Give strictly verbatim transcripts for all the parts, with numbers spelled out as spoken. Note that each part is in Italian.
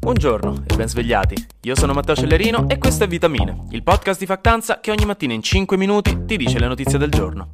Buongiorno e ben svegliati. Io sono Matteo Cellerino e questo è Vitamine, il podcast di Factanza che ogni mattina in cinque minuti ti dice le notizie del giorno.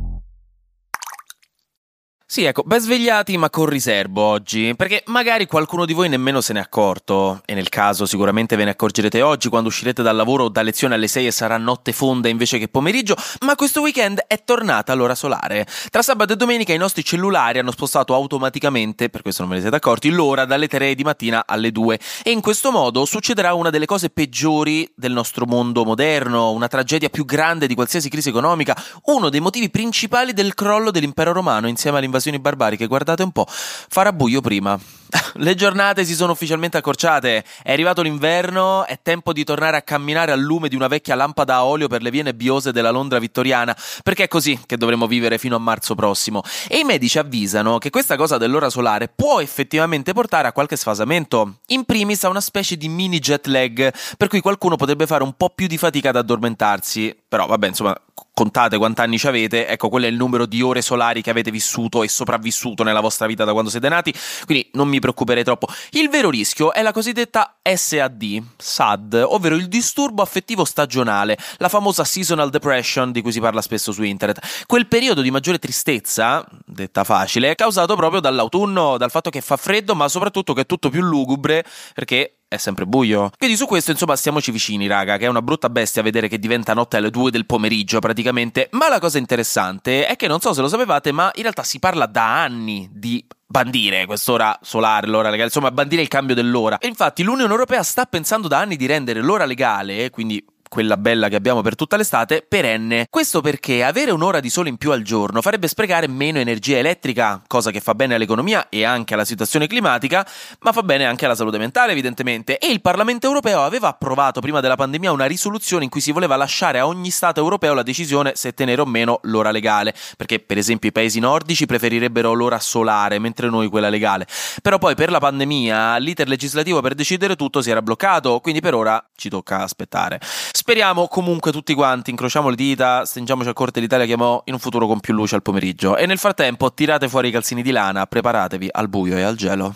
Sì, ecco, ben svegliati ma con riservo oggi, perché magari qualcuno di voi nemmeno se n'è accorto, e nel caso sicuramente ve ne accorgerete oggi quando uscirete dal lavoro o da lezione alle sei e sarà notte fonda invece che pomeriggio, ma questo weekend è tornata l'ora solare. Tra sabato e domenica i nostri cellulari hanno spostato automaticamente, per questo non ve ne siete accorti, l'ora dalle tre di mattina alle due, e in questo modo succederà una delle cose peggiori del nostro mondo moderno, una tragedia più grande di qualsiasi crisi economica, uno dei motivi principali del crollo dell'impero romano insieme all'invasione barbariche. Guardate un po', farà buio prima. Le giornate si sono ufficialmente accorciate, è arrivato l'inverno, è tempo di tornare a camminare al lume di una vecchia lampada a olio per le vie nebbiose della Londra vittoriana, perché è così che dovremo vivere fino a marzo prossimo. E i medici avvisano che questa cosa dell'ora solare può effettivamente portare a qualche sfasamento, in primis a una specie di mini jet lag, per cui qualcuno potrebbe fare un po' più di fatica ad addormentarsi, però vabbè, insomma, contate quant'anni ci avete, ecco, quello è il numero di ore solari che avete vissuto e sopravvissuto nella vostra vita da quando siete nati, quindi non mi preoccuperei troppo. Il vero rischio è la cosiddetta S A D, S A D, ovvero il disturbo affettivo stagionale, la famosa seasonal depression di cui si parla spesso su internet. Quel periodo di maggiore tristezza, detta facile, è causato proprio dall'autunno, dal fatto che fa freddo, ma soprattutto che è tutto più lugubre, perché è sempre buio. Quindi su questo, insomma, stiamoci vicini, raga, che è una brutta bestia vedere che diventa notte alle due del pomeriggio praticamente. Ma la cosa interessante è che, non so se lo sapevate, ma in realtà si parla da anni di bandire quest'ora solare, l'ora legale, insomma bandire il cambio dell'ora. E infatti l'Unione Europea sta pensando da anni di rendere l'ora legale, quindi quella bella che abbiamo per tutta l'estate, perenne. Questo perché avere un'ora di sole in più al giorno farebbe sprecare meno energia elettrica, cosa che fa bene all'economia e anche alla situazione climatica, ma fa bene anche alla salute mentale, evidentemente. E il Parlamento europeo aveva approvato prima della pandemia una risoluzione in cui si voleva lasciare a ogni stato europeo la decisione se tenere o meno l'ora legale, perché per esempio i paesi nordici preferirebbero l'ora solare, mentre noi quella legale. Però poi per la pandemia l'iter legislativo per decidere tutto si era bloccato, quindi per ora ci tocca aspettare. Speriamo comunque tutti quanti, incrociamo le dita, stringiamoci a corte l'Italia chiamò, in un futuro con più luce al pomeriggio. E nel frattempo tirate fuori i calzini di lana, preparatevi al buio e al gelo.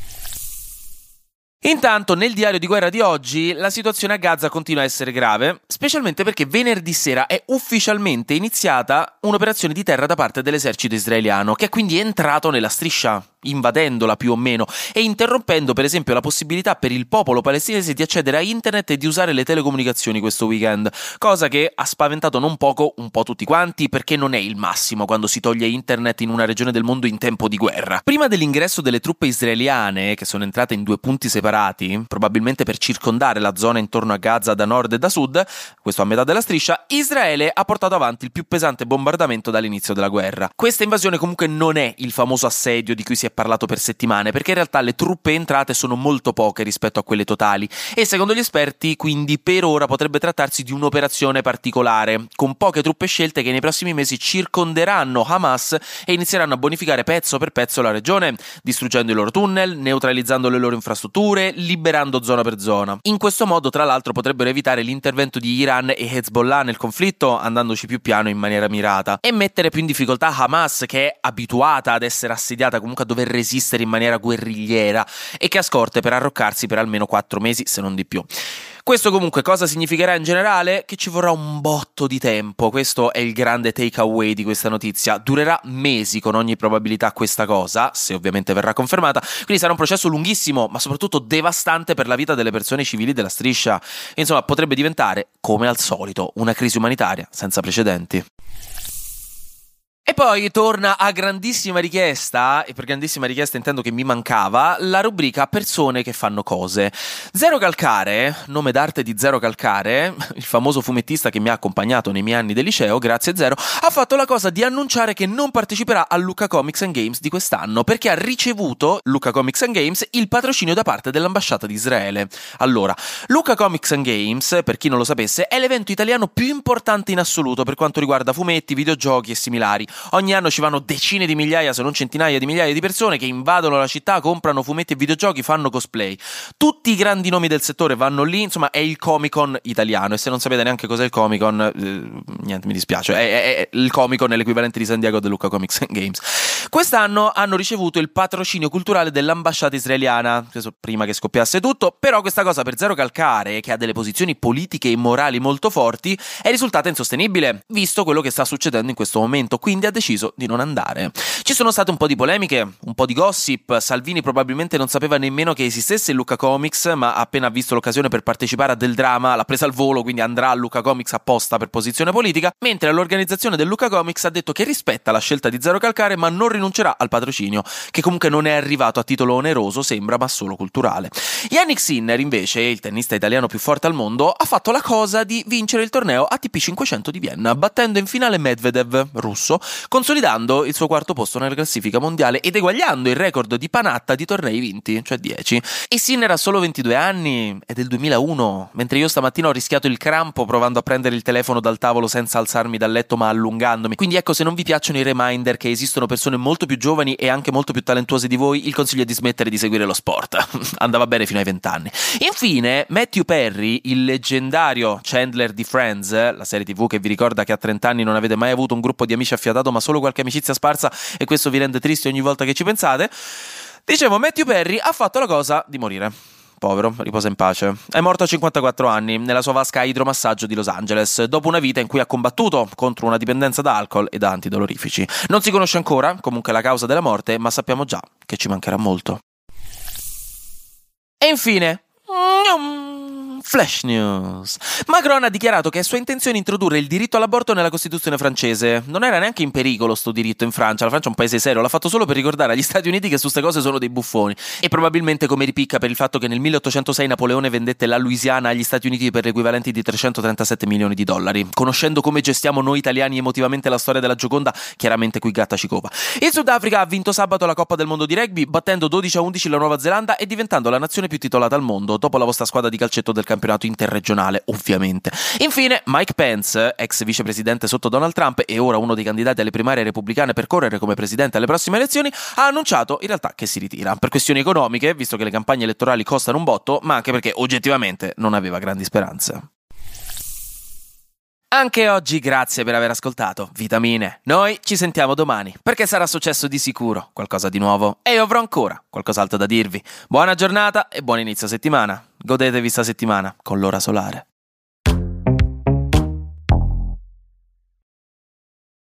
Intanto, nel diario di guerra di oggi, la situazione a Gaza continua a essere grave, specialmente perché venerdì sera è ufficialmente iniziata un'operazione di terra da parte dell'esercito israeliano, che è quindi entrato nella striscia, invadendola più o meno, e interrompendo per esempio la possibilità per il popolo palestinese di accedere a internet e di usare le telecomunicazioni questo weekend, cosa che ha spaventato non poco un po' tutti quanti, perché non è il massimo quando si toglie internet in una regione del mondo in tempo di guerra. Prima dell'ingresso delle truppe israeliane, che sono entrate in due punti separati, probabilmente per circondare la zona intorno a Gaza da nord e da sud, questo a metà della striscia, Israele ha portato avanti il più pesante bombardamento dall'inizio della guerra. Questa invasione comunque non è il famoso assedio di cui si è parlato per settimane, perché in realtà le truppe entrate sono molto poche rispetto a quelle totali, e secondo gli esperti quindi per ora potrebbe trattarsi di un'operazione particolare, con poche truppe scelte che nei prossimi mesi circonderanno Hamas e inizieranno a bonificare pezzo per pezzo la regione, distruggendo i loro tunnel, neutralizzando le loro infrastrutture, liberando zona per zona. In questo modo, tra l'altro, potrebbero evitare l'intervento di Iran e Hezbollah nel conflitto, andandoci più piano in maniera mirata, e mettere più in difficoltà Hamas, che è abituata ad essere assediata, comunque a dover resistere in maniera guerrigliera, e che ha scorte per arroccarsi per almeno quattro mesi, se non di più. Questo comunque cosa significherà in generale? Che ci vorrà un botto di tempo, questo è il grande takeaway di questa notizia. Durerà mesi con ogni probabilità questa cosa, se ovviamente verrà confermata, quindi sarà un processo lunghissimo, ma soprattutto devastante per la vita delle persone civili della striscia. Insomma, potrebbe diventare, come al solito, una crisi umanitaria senza precedenti. E poi torna a grandissima richiesta, e per grandissima richiesta intendo che mi mancava, la rubrica persone che fanno cose. Zero Calcare, nome d'arte di Zero Calcare, il famoso fumettista che mi ha accompagnato nei miei anni del liceo, grazie Zero, ha fatto la cosa di annunciare che non parteciperà al Lucca Comics and Games di quest'anno, perché ha ricevuto, Lucca Comics and Games, il patrocinio da parte dell'ambasciata di Israele. Allora, Lucca Comics and Games, per chi non lo sapesse, è l'evento italiano più importante in assoluto per quanto riguarda fumetti, videogiochi e similari. Ogni anno ci vanno decine di migliaia, se non centinaia di migliaia di persone che invadono la città, comprano fumetti e videogiochi, fanno cosplay. Tutti i grandi nomi del settore vanno lì, insomma è il Comic Con italiano, e se non sapete neanche cos'è il Comic Con, eh, niente, mi dispiace, è, è, è il Comic Con è l'equivalente di San Diego del Lucca Comics and Games. Quest'anno hanno ricevuto il patrocinio culturale dell'ambasciata israeliana, prima che scoppiasse tutto, però questa cosa per Zero Calcare, che ha delle posizioni politiche e morali molto forti, è risultata insostenibile, visto quello che sta succedendo in questo momento, quindi ha deciso di non andare. Ci sono state un po' di polemiche, un po' di gossip. Salvini probabilmente non sapeva nemmeno che esistesse il Lucca Comics, ma appena ha visto l'occasione per partecipare a Del Drama l'ha presa al volo, quindi andrà al Lucca Comics apposta per posizione politica, mentre l'organizzazione del Lucca Comics ha detto che rispetta la scelta di Zero Calcare ma non rinuncerà al patrocinio, che comunque non è arrivato a titolo oneroso, sembra, ma solo culturale. Jannik Sinner, invece, il tennista italiano più forte al mondo, ha fatto la cosa di vincere il torneo A T P cinquecento di Vienna, battendo in finale Medvedev, russo, consolidando il suo quarto posto nella classifica mondiale ed eguagliando il record di Panatta di tornei vinti, cioè dieci. E Sinner ha solo ventidue anni, è del duemilauno, mentre io stamattina ho rischiato il crampo provando a prendere il telefono dal tavolo senza alzarmi dal letto ma allungandomi. Quindi ecco, se non vi piacciono i reminder che esistono persone molto più giovani e anche molto più talentuose di voi, il consiglio è di smettere di seguire lo sport. Andava bene fino ai vent'anni. Infine, Matthew Perry, il leggendario Chandler di Friends, la serie tivù che vi ricorda che a trenta anni non avete mai avuto un gruppo di amici affiatato ma solo qualche amicizia sparsa e questo vi rende tristi ogni volta che ci pensate. Dicevo, Matthew Perry ha fatto la cosa di morire. Povero, riposa in pace. È morto a cinquantaquattro anni nella sua vasca a idromassaggio di Los Angeles, dopo una vita in cui ha combattuto contro una dipendenza da alcol e da antidolorifici. Non si conosce ancora, comunque, la causa della morte, ma sappiamo già che ci mancherà molto. E infine, Flash News. Macron ha dichiarato che è sua intenzione introdurre il diritto all'aborto nella Costituzione francese. Non era neanche in pericolo sto diritto in Francia, la Francia è un paese serio, l'ha fatto solo per ricordare agli Stati Uniti che su ste cose sono dei buffoni. E probabilmente come ripicca per il fatto che nel milleottocentosei Napoleone vendette la Louisiana agli Stati Uniti per l'equivalente di trecentotrentasette milioni di dollari. Conoscendo come gestiamo noi italiani emotivamente la storia della Gioconda, chiaramente qui gatta ci cova. Il Sudafrica ha vinto sabato la Coppa del Mondo di Rugby, battendo dodici a undici la Nuova Zelanda e diventando la nazione più titolata al mondo, dopo la vostra squadra di calcetto del campionato interregionale, ovviamente. Infine, Mike Pence, ex vicepresidente sotto Donald Trump e ora uno dei candidati alle primarie repubblicane per correre come presidente alle prossime elezioni, ha annunciato in realtà che si ritira, per questioni economiche, visto che le campagne elettorali costano un botto, ma anche perché oggettivamente non aveva grandi speranze. Anche oggi grazie per aver ascoltato Vitamine. Noi ci sentiamo domani, perché sarà successo di sicuro qualcosa di nuovo e io avrò ancora qualcos'altro da dirvi. Buona giornata e buon inizio settimana. Godetevi sta settimana con l'ora solare.